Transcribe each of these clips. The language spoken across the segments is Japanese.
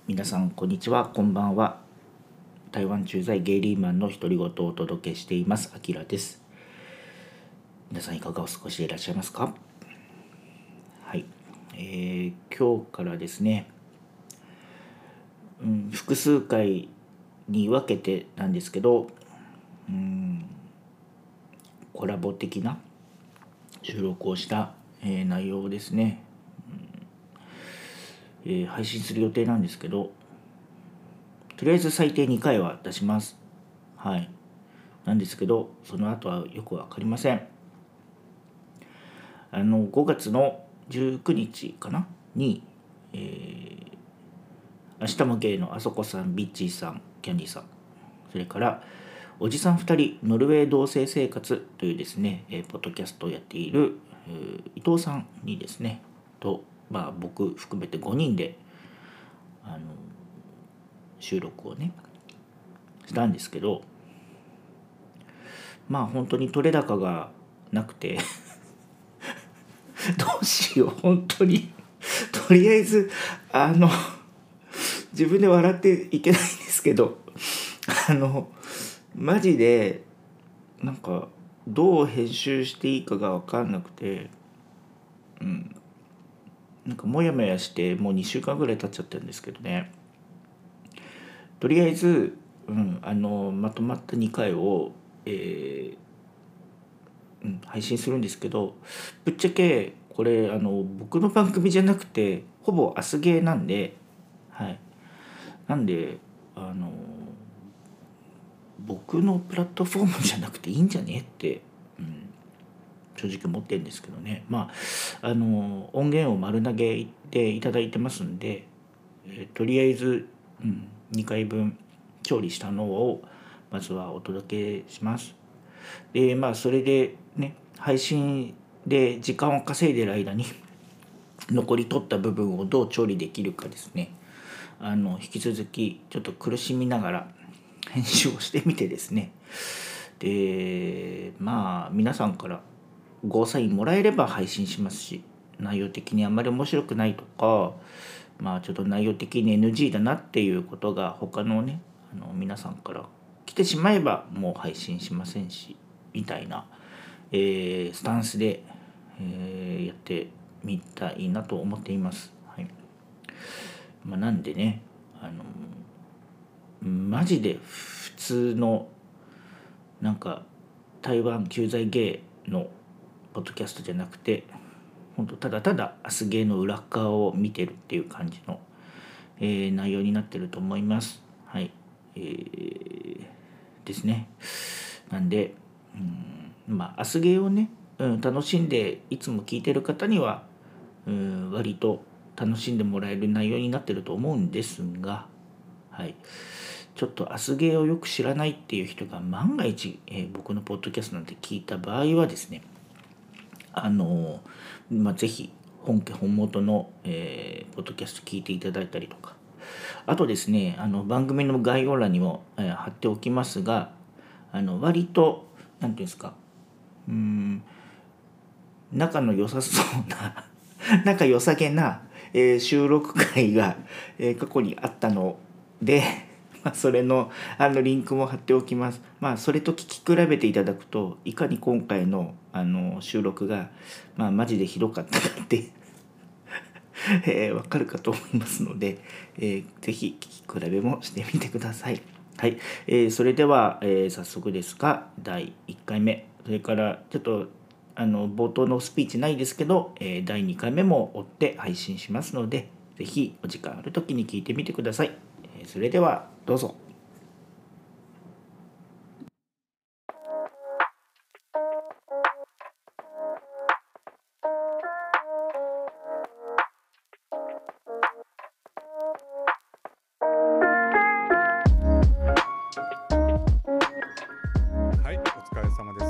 皆さんこんにちは、こんばんは。台湾駐在ゲイリーマンの独り言をお届けしています、あきらです。皆さんいかがお過ごしでいらっしゃいますか？はい、今日からですね、複数回に分けてなんですけど、コラボ的な収録をした、内容をですね、配信する予定なんですけど、とりあえず最低2回は出します。はい。なんですけど、その後はよくわかりません。5月の19日かなに、明日もゲイのあそこさん、ビッチーさん、キャンディーさん、それからおじさん2人ノルウェー同棲生活というですね、ポッドキャストをやっている、伊藤さんにですねと、僕含めて5人で収録をねしたんですけど、本当に取れ高がなくてどうしよう本当にとりあえず自分で笑っていけないんですけどマジでなんかどう編集していいかが分かんなくて、なんかモヤモヤしてもう2週間ぐらい経っちゃってるんですけどね。とりあえず、まとまった2回を、配信するんですけど、ぶっちゃけこれ僕の番組じゃなくてほぼアスゲーなんで、はい、なんで僕のプラットフォームじゃなくていいんじゃねって、正直思ってるんですけどね。音源を丸投げでいただいてますんで、とりあえず、2回分調理したのをまずはお届けします。でそれでね、配信で時間を稼いでる間に残り取った部分をどう調理できるかですね、引き続きちょっと苦しみながら編集をしてみてですね、で皆さんからゴーサインもらえれば配信しますし、内容的にあんまり面白くないとか、ちょっと内容的に NG だなっていうことが他のね皆さんから来てしまえばもう配信しませんしみたいな、スタンスで、やってみたいなと思っています。はい。なんでね、マジで普通のなんか台湾駐在ゲイのポッドキャストじゃなくて、本当ただただアスゲーの裏側を見てるっていう感じの、内容になってると思います。はい、ですね。なんで、アスゲーをね、楽しんでいつも聞いてる方には、割と楽しんでもらえる内容になってると思うんですが、はい、ちょっとアスゲーをよく知らないっていう人が万が一、僕のポッドキャストなんて聞いた場合はですね、ぜひ本家本元の、ポッドキャスト聞いていただいたりとか、あとですね、番組の概要欄にも、貼っておきますが、割と何ていうんですか、仲の良さそうな仲良さげな、収録会が、過去にあったのでそれのリンクも貼っておきます。それと聞き比べていただくといかに今回の収録がマジでひどかったかってわかるかと思いますので、ぜひ聞き比べもしてみてください。はい、それでは、早速ですが第1回目、それからちょっと冒頭のスピーチないですけど、第2回目も追って配信しますので、ぜひお時間ある時に聞いてみてください。それではどうぞ。 はい、お疲れ様です。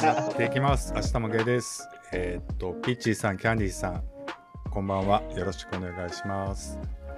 やっていきます。明日もゲイです。ピッチーさん、キャンディーさん、こんばんは。よろしくお願いします。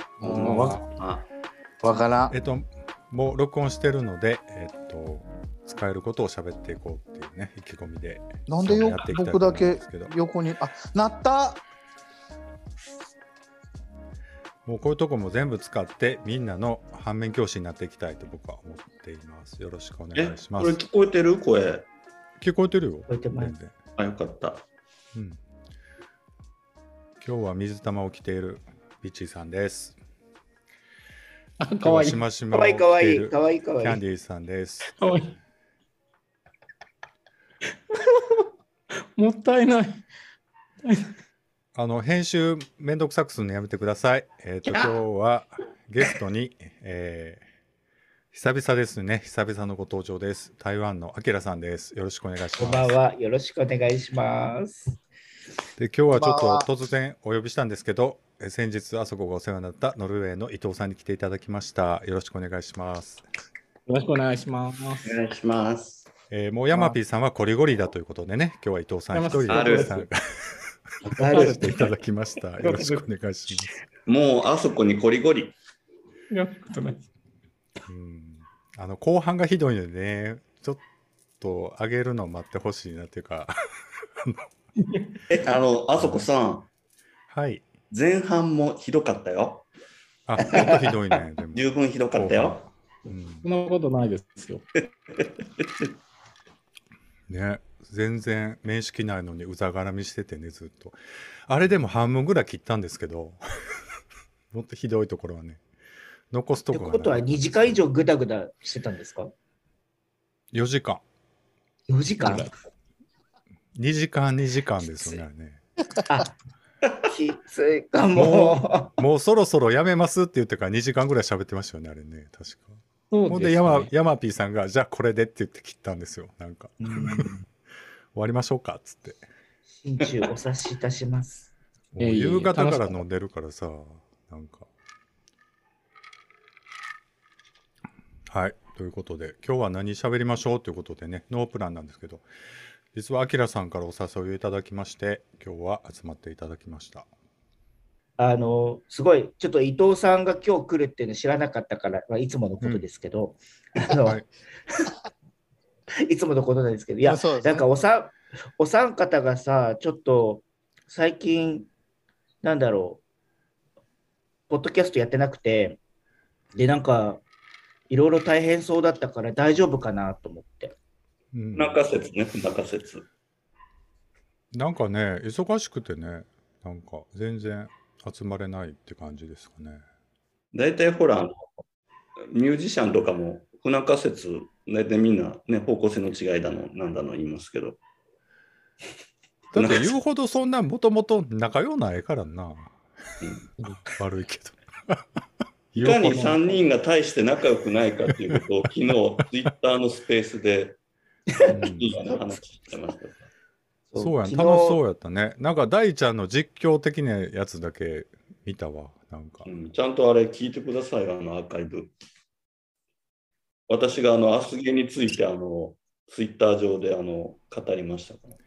わからん。 もう録音してるので、使えることを喋っていこうっていうね、意気込みで。 なんで僕だけ横に、なったもうこういうとこも全部使ってみんなの反面教師になっていきたいと僕は思っています。よろしくお願いします。 これ聞こえてる声？ 聞こえてるよ。 聞こえてます。 全然。 あ、よかった。 うん。今日は水玉を着ているピッチーさんです。 あ、かわいい。 しましまかわいいをかわいい着ているかわいいかわいい。 キャンディーさんです。 かわいい。もったいない。 編集めんどくさくするのやめてください。今日はゲストに、久々ですね。久々のご登場です。台湾のアキラさんです。よろしくお願いします。 こんばんは。よろしくお願いします。 で、今日はちょっと突然お呼びしたんですけど、先日あそこがお世話になったノルウェーの伊藤さんに来ていただきました。よろしくお願いします。 よろしくお願いします。 お願いします。 もうヤマピーさんはコリゴリだということでね、今日は伊藤さん一人で参加していただきました。よろしくお願いします。 もうあそこにコリゴリ。 後半がひどいのでね、ちょっと上げるのを待ってほしいなっていうかあそこさん。 はい。 前半もひどかったよ。 あ、もっとひどいね。でも十分ひどかったよ。 そんなことないですよ。 ね、全然面識ないのにうざがらみしててね、ずっと。あれでも半分ぐらい切ったんですけど、もっとひどいところはね、残すところがってことは2時間以上グダグダしてたんですか ？4時間。 4時間 ?2 時間、2時間ですよね。 あ、きついかも。 もうそろそろやめますって言ってから2時間ぐらい喋ってましたよね、あれね、確か。 そうですね。 ヤマピーさんが、じゃあこれでって言って切ったんですよ、なんか。終わりましょうかっつって。 心中お察しいたします。 もう夕方から飲んでるからさ、なんか。はい、ということで、今日は何喋りましょうということでね、ノープランなんですけど、実はアキラさんからお誘いをいただきまして、今日は集まっていただきました。 すごい、ちょっと伊藤さんが今日来るっていうの知らなかったから、まあ、いつものことですけど、はい、いつものことなんですけど、いや、なんかお三方がさ、ちょっと最近、なんだろう、ポッドキャストやってなくて、で、なんか、いろいろ大変そうだったから大丈夫かなと思って。 中説ね、中説。 なんかね、忙しくてね、なんか全然集まれないって感じですかね。 大体ほら、ミュージシャンとかも不仲説、大体みんなね、方向性の違いだの、なんだの言いますけど。 だって言うほどそんなもともと仲良ないからな。悪いけど。 いかに3人が大して仲良くないかっていうことを昨日、ツイッターのスペースで話してました。 そうやん、楽しそうやったね。なんか大ちゃんの実況的なやつだけ見たわ。なんか、 ちゃんとあれ聞いてください、アーカイブ。私がアスゲについてツイッター上で語りましたから。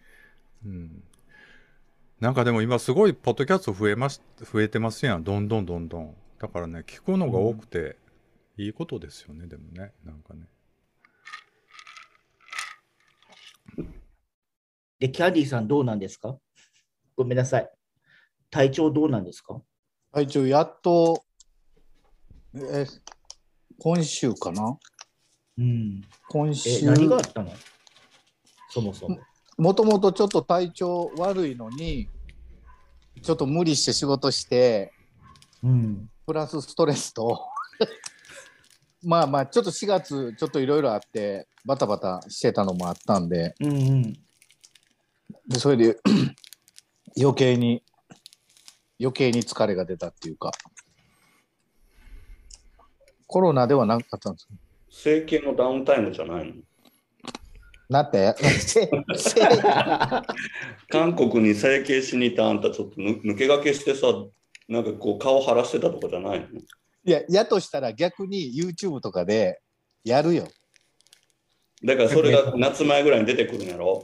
なんかでも今すごいポッドキャスト増えてますやん、どんどんどんどん。だからね、聞くのが多くていいことですよね、でもね、なんかね。 で、キャディさんどうなんですか？ごめんなさい。体調どうなんですか？ 体調やっと、今週かな？今週。 何があったの？そもそも。 もともとちょっと体調悪いのに、ちょっと無理して仕事して、プラスストレスとまあちょっと4月ちょっといろいろあってバタバタしてたのもあったんで、でそれで余計に疲れが出たっていうか、コロナではなかったんですか？ 整形のダウンタイムじゃないの？ なって韓国に整形しに行ったあんたちょっと抜け駆けしてさ、なんかこう顔腫らしてたとかじゃないの？ いや、やとしたら逆に YouTube とかでやるよ。 だからそれが夏前ぐらいに出てくるんやろ。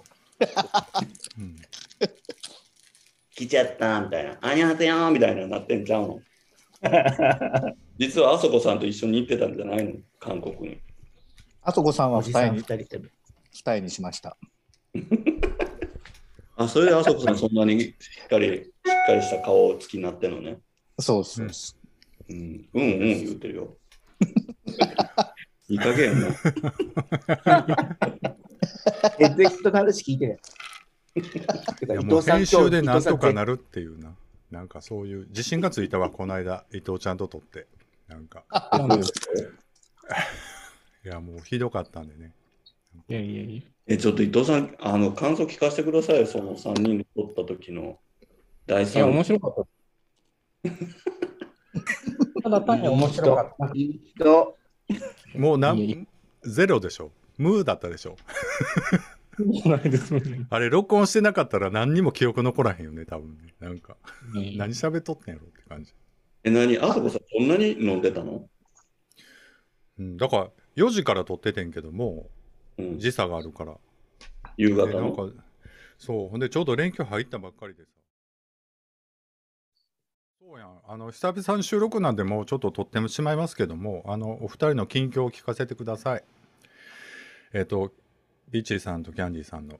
来ちゃったみたいな、あにゃはせやみたいななってんちゃうの？実はあそこさんと一緒に行ってたんじゃないの？韓国に。 あそこさんは二重にしました。 あ、それであそこさんそんなにしっかりした顔つきになってんのね。 そうそう。 うん言うてるよ。いい加減な。 全然人の話聞いてない。 いやもう編集でなんとかなるっていうな。なんかそういう自信がついたわ、この間、伊藤ちゃんと撮って。なんか。いや、もうひどかったんでね。 いやいやいや。 ちょっと伊藤さん、感想聞かせてくださいよ、その3人で撮った時の第3。 いや、面白かった。ただ単に面白かった。 もうゼロでしょ。無だったでしょ。あれ、録音してなかったら何にも記憶残らへんよね、多分ね。なんか、何喋っとってんやろって感じ。 あそこさん、そんなに飲んでたの？ だから、4時から撮っててんけども、時差があるから。 夕方の？ なんか、そう、ほんでちょうど連休入ったばっかりでさ。そうやん、久々に収録なんでもうちょっと撮ってしまいますけども、お二人の近況を聞かせてください。ビッチーさんとキャンディーさんの。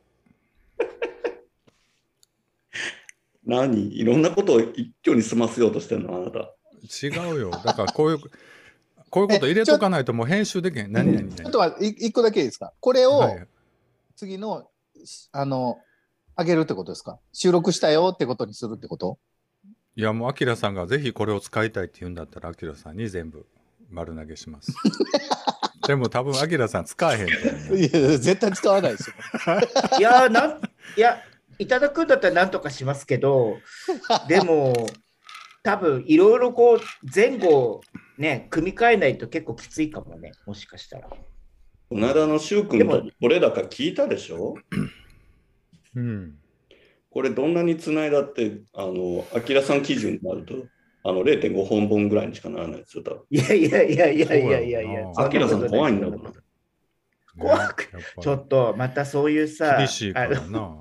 いろんなことを一挙に済ませようとしてんの、あなた。 違うよ。だからこういうこと入れとかないともう編集できへん。何ちょっと待って、一個だけいいですか。これを次の、あげるってことですか。収録したよってことにするってこと？ いや、もうアキラさんがぜひこれを使いたいって言うんだったら、アキラさんに全部丸投げします。でも多分アキラさん使えへんと思う。 いや、絶対使わないですよ。 いや、いただくんだったらなんとかしますけど、でも、多分いろいろこう、前後、ね、組み替えないと結構きついかもね、もしかしたら。 この間のシュウ君とこれだか聞いたでしょ？ うん。 これどんなにつないだって、アキラさん基準になると、0.5 本分ぐらいにしかならないですよ、多分。 いや、 アキラさん怖いんだもん。 怖く、ちょっとまたそういうさ、 厳しいからな。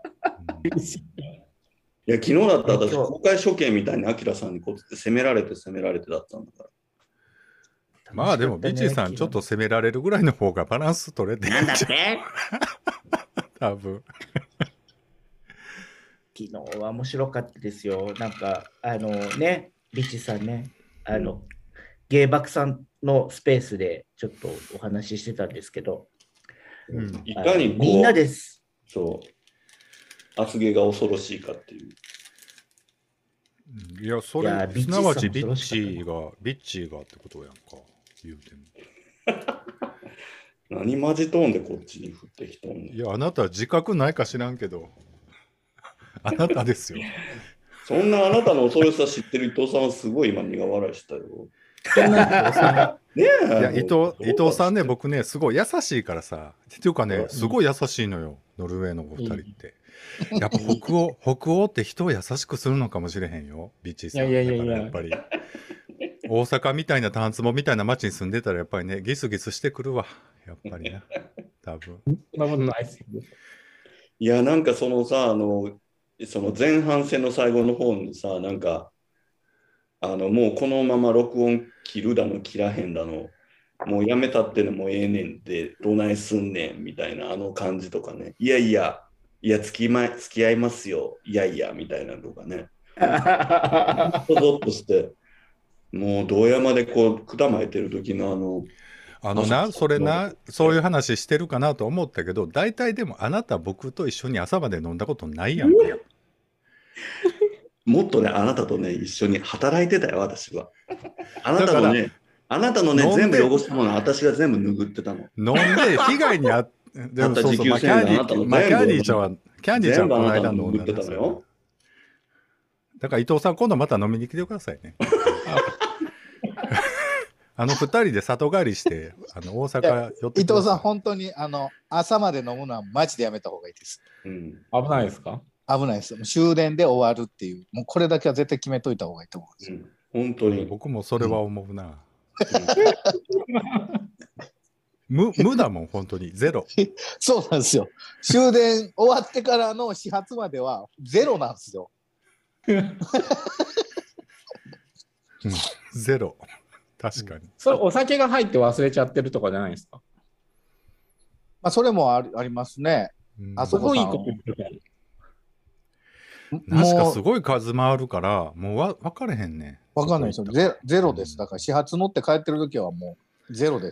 いや、昨日だったら私、公開処刑みたいにアキラさんにこう攻められてだったんだから。 まあでも、ビチーさん、ちょっと攻められるぐらいの方がバランス取れてなんだって多分。 昨日は面白かったですよ。なんか、ビチさんね、ゲイバクさんのスペースでちょっとお話ししてたんですけど、 いかにこう、 みんなです。 そう、厚毛が恐ろしいかっていう。 いや、それ、すなわちビッチーがってことやんか、言うても。 何マジトーンでこっちに降ってきたの？ いや、あなた自覚ないか知らんけど、あなたですよ。 そんなあなたの恐ろしさ知ってる伊藤さんはすごい今苦笑いしたよ。 いや、伊藤さんね、僕ね、すごい優しいからさ、っていうかね、すごい優しいのよ、ノルウェーのお二人って。やっぱ北欧って人を優しくするのかもしれへんよ、ビッチーさん。やっぱり。大阪みたいなタンツボみたいな街に住んでたらやっぱりね、ギスギスしてくるわ、やっぱりな、多分。 そんなことないですよ。 いや、なんかそのさ、その前半戦の最後の方にさ、なんか、もうこのまま録音切るだの切らへんだの、もうやめたってのもええねんってどないすんねんみたいな感じとかね、いや付き合いますよ、いやみたいなのとかね、ゾッとして、もう堂山でこう管巻いてる時のそういう話してるかなと思ったけど、大体でもあなた僕と一緒に朝まで飲んだことないやん。 もっとね、あなたとね、一緒に働いてたよ、私は。あなたのね、全部汚したもの、私が全部拭ってたの。 飲んで被害に遭って、でもそうそう、キャンディーちゃんはこの間飲んでたのよ。だから伊藤さん、今度また飲みに来てくださいね。2人で里帰りして大阪寄って伊藤さん、本当に朝まで飲むのはマジでやめた方がいいです。 危ないですか？ 危ないです。終電で終わるっていう、もうこれだけは絶対決めといた方がいいと思うんですよ。 本当に。 僕もそれは思うな。無だもん、本当に。ゼロ。 そうなんですよ。終電終わってからの始発まではゼロなんですよ。 ゼロ。確かに。 それお酒が入って忘れちゃってるとかじゃないですか？ まあ、それもありますね。あそこいいこと言ってた。 確かすごい数回るから、もう分かれへんね。 わかんないですよ。ゼロです。だから始発乗って帰ってる時はもうゼロです。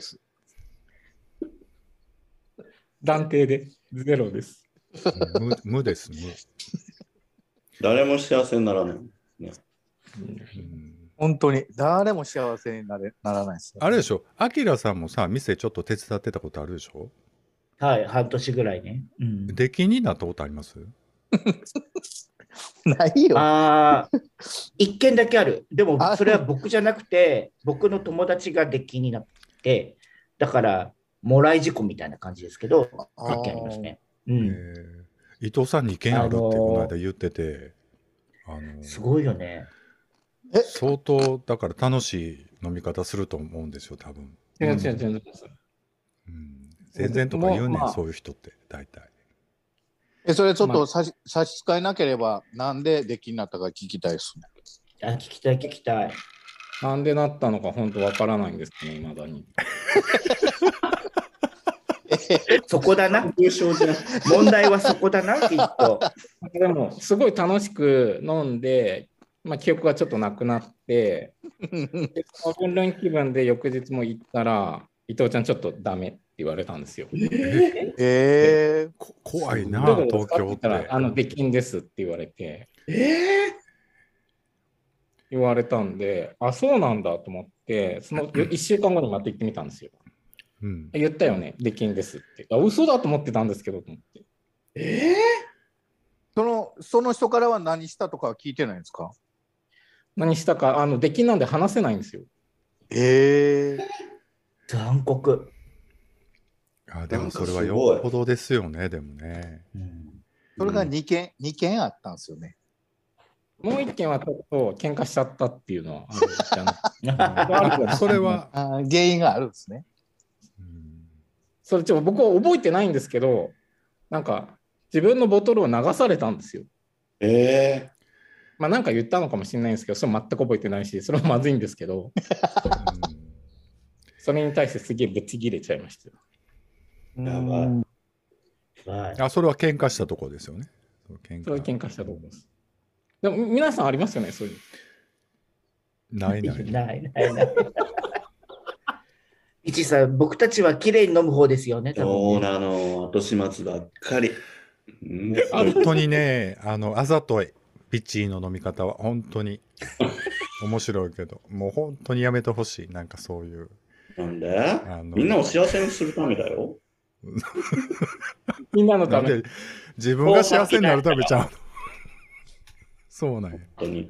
断定でゼロです。 無です、無。 誰も幸せにならない。ね、 本当に誰も幸せにならないです。 あれでしょ、アキラさんもさ、店ちょっと手伝ってたことあるでしょ？ はい、半年ぐらいね。 出禁になったことあります？ ないよ。 一件だけある。でもそれは僕じゃなくて、僕の友達が出禁になって、だからもらい事故みたいな感じですけど、一件ありますね。 伊藤さん2件あるってこの間言ってて、 すごいよね。 相当だから楽しい飲み方すると思うんですよ、多分。 全然とか言うねん、そういう人って大体。 それちょっと差し支えなければ、なんで出禁になったか聞きたいですね。 聞きたい。 なんでなったのか本当わからないんですね、未だに。 そこだな。問題はそこだな、きっと。 でも、すごい楽しく飲んで、記憶がちょっとなくなって、その分類気分で翌日も行ったら、伊藤ちゃんちょっとダメって言われたんですよ。 怖いな、東京って。 出禁ですって言われて。言われたんで、そうなんだと思って、その1週間後にまた行ってみたんですよ。言ったよね、出禁ですって。嘘だと思ってたんですけどと思って。 その人からは何したとかは聞いてないんですか？ 何したか、出禁なんで話せないんですよ。 残酷。 でもそれはよっぽどですよね、でもね。 それが2件あったんですよね。 もう1件はちょっと喧嘩しちゃったっていうのはある。 それは原因があるんですね。 それ僕は覚えてないんですけど、なんか自分のボトルを流されたんですよ。なんか言ったのかもしれないんですけど、それ全く覚えてないし、それもまずいんですけど、それに対してすげえぶち切れちゃいましたよ。 やばい。 それは喧嘩したところですよね。 それは喧嘩したところです。でも皆さんありますよね、そういうの。ない。 一さん、僕たちはきれいに飲む方ですよね。 そうなの、後始末ばっかり。 本当にね、あざとい。ピッチーの飲み方は本当に面白いけど、もう本当にやめてほしい。なんかそういう。 なんでみんなを幸せにするためだよ。 みんなのため。 自分が幸せになるためちゃう。そうなんや。 本当に。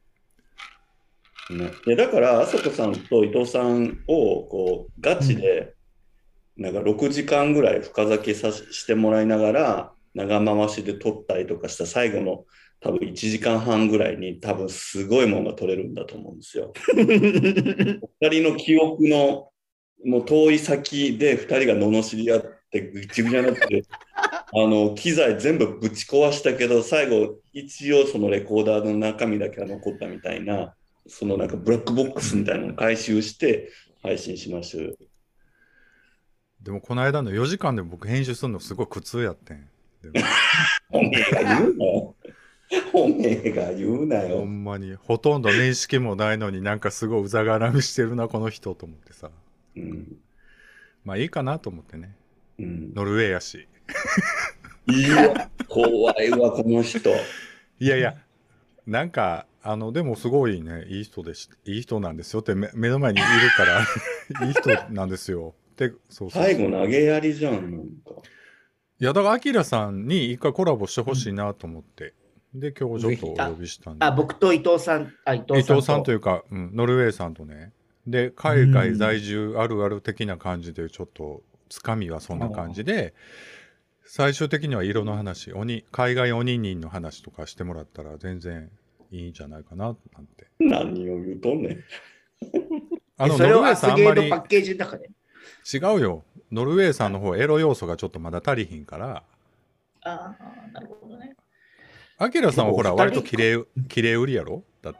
だからあさこさんと伊藤さんをこうガチでなんか6時間ぐらい深酒してもらいながら長回しで撮ったりとかした最後の多分1時間半ぐらいに多分すごいものが撮れるんだと思うんですよ。2人の記憶のもう遠い先で2人が罵り合ってぐちぐちになって機材全部ぶち壊したけど最後一応そのレコーダーの中身だけが残ったみたいな、そのなんかブラックボックスみたいなのを回収して配信しましょう。 でもこの間の4時間で僕編集するのすごい苦痛やってん。 おめえが言うのおめえが言うなよ。 ほんまにほとんど面識もないのになんかすごいうざがらみしてるなこの人と思ってさ、まあいいかなと思ってね、ノルウェーやしいや怖いわこの人。 いやなんかでもすごいねいい人なんですよって目の前にいるからいい人なんですよって最後投げやりじゃん。なんかいやだからアキラさんに一回コラボしてほしいなと思って、で今日ちょっとお呼びしたんで。 僕と伊藤さん、 伊藤さんというか、ノルウェーさんとね。で海外在住あるある的な感じでちょっとつかみはそんな感じで、最終的には色の話、海外おにんにんの話とかしてもらったら全然いいんじゃないかななんて。 何を言うとんねん。 それをアスゲードパッケージの中で。 違うよ。ノルウェーさんの方エロ要素がちょっとまだ足りひんから。 なるほどね。 アキラさんはほら割と綺麗売りやろだって。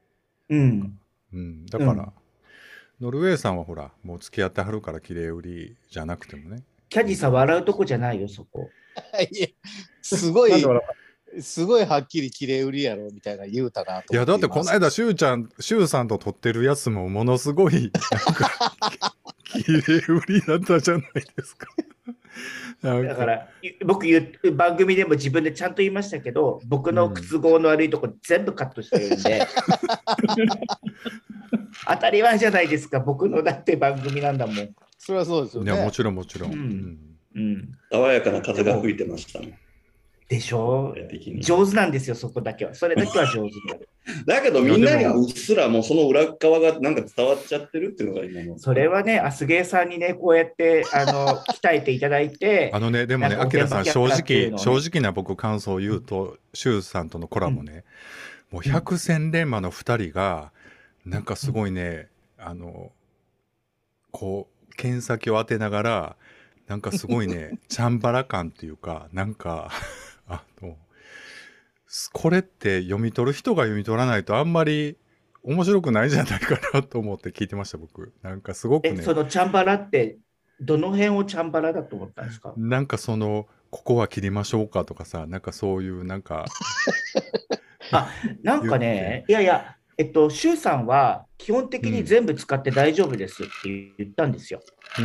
だから、ノルウェーさんはほらもう付き合ってはるから綺麗売りじゃなくてもね。 キャディさん笑うとこじゃないよそこ。 いやすごいすごいはっきり綺麗売りやろみたいな言うたなといや、だってこの間、 しシュウさんと撮ってるやつもものすごい、なんか、綺麗売りだったじゃないですか。 だから僕番組でも自分でちゃんと言いましたけど、僕の不都合の悪いとこ全部カットしてるんで、当たり前じゃないですか。僕のだって番組なんだもん。 それはそうですよね。 いや、もちろんもちろん。 爽やかな風が吹いてましたね。 でしょ。上手なんですよ、そこだけは。それだけは上手になる。 だけどみんなにはうっすらもうその裏側がなんか伝わっちゃってるっていうのが今の。 それはね、アスゲーさんにね、こうやって鍛えていただいて。 でもね、アキラさん、正直な僕感想を言うと、シュウさんとのコラボね、もう百戦錬磨の2人が、なんかすごいね、こう、剣先を当てながら、なんかすごいね、チャンバラ感っていうか、なんか、これって読み取る人が読み取らないとあんまり面白くないんじゃないかなと思って聞いてました、僕。なんかすごくね。 そのチャンバラって、どの辺をチャンバラだと思ったんですか？ なんかここは切りましょうかとかさ、なんかそういう、なんか。 なんかね、いやいや、シュウさんは基本的に全部使って大丈夫ですって言ったんですよ。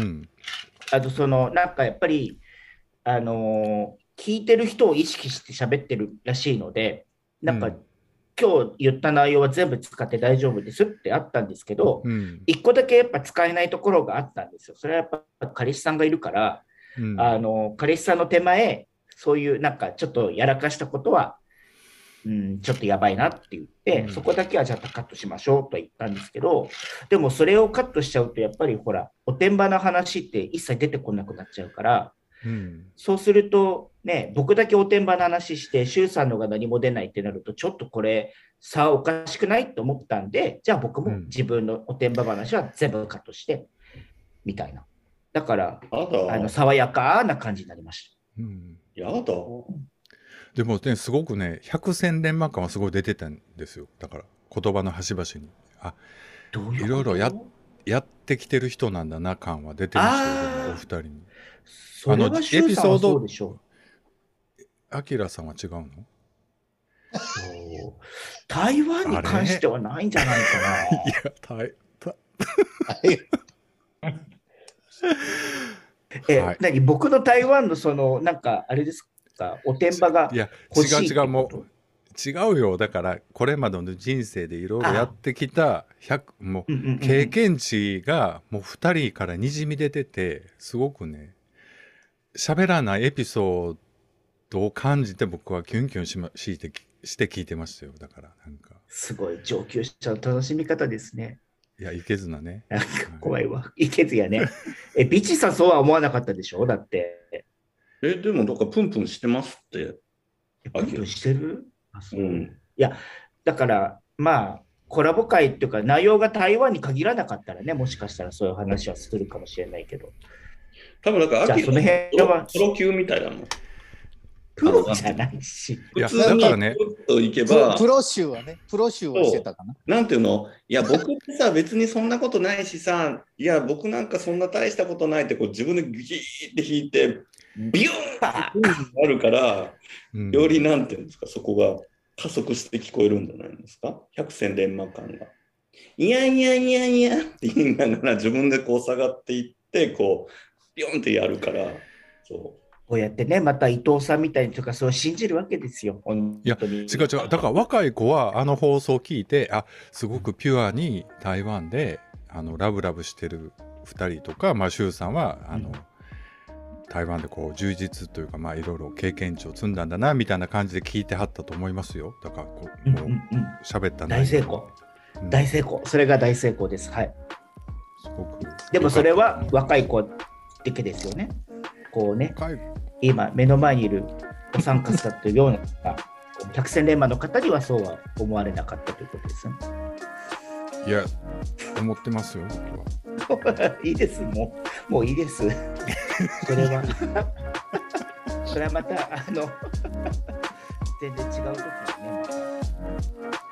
なんかやっぱり、聞いてる人を意識して喋ってるらしいので、なんか、今日言った内容は全部使って大丈夫ですってあったんですけど、一個だけやっぱ使えないところがあったんですよ。それはやっぱ彼氏さんがいるから、彼氏さんの手前、そういうなんかちょっとやらかしたことは、ちょっとやばいなって言って、そこだけはじゃあカットしましょうと言ったんですけど、でもそれをカットしちゃうと、やっぱりほら、おてんばの話って一切出てこなくなっちゃうから、そうすると、ね、僕だけおてんばの話して、シュウさんのが何も出ないってなると、ちょっとこれ、差おかしくないと思ったんで、じゃあ僕も自分のおてんば話は全部カットして、みたいな。だから、爽やかな感じになりました。 やだ。 でもね、すごくね、百戦錬磨感はすごい出てたんですよ。だから、言葉の端々に。いろいろやってきてる人なんだな感は出てましたよ、お二人に。エピソード、アキラさんは違うの？ 台湾に関してはないんじゃないかな。何、僕の台湾のなんかあれですか、おてんばが欲しいってこと？ いや、違う、もう違うよ。だからこれまでの人生でいろいろやってきたもう経験値がもう2人からにじみ出てて、すごくね、喋らないエピソードを感じて僕はキュンキュンして聞いてましたよ。だからなんかすごい上級者の楽しみ方ですね。 いや、いけずなね。 なんか怖いわ。いけずやね。ビチさんそうは思わなかったでしょ？だって。 でもどっかプンプンしてますって。 プンプンしてる？いや、だからまあコラボ会っていうか内容が台湾に限らなかったらね、もしかしたらそういう話はするかもしれないけど。 多分なんかその辺はプロ級みたいなの。 プロじゃないし。 いや、だからね、 プロ集はしてたかな。 なんていうの？いや、僕ってさ、別にそんなことないしさ、いや、僕なんかそんな大したことないってこう自分でギーって弾いて、ビューンってなるから、よりなんていうんですか、そこが加速して聞こえるんじゃないんですか？百戦錬磨感が。いやいやいやいやって言いながら自分でこう下がっていって、こう、ビューンってやるから、そう。 こうやってね、また伊藤さんみたいにとかそう信じるわけですよ。 いや、違う。だから若い子はあの放送を聞いて、すごくピュアに台湾でラブラブしてる2人とか、シュウさんは台湾でこう充実というか、いろいろ経験値を積んだんだなみたいな感じで聞いてはったと思いますよ。だからこう喋った大成功、大成功、それが大成功です。はい。 すごく。 でもそれは若い子だけですよね。こうね、今目の前にいるお三方だというような百戦錬磨の方にはそうは思われなかったということですね。 いや、思ってますよ、僕は。いいです、もういいです。それはまた全然違う時にね。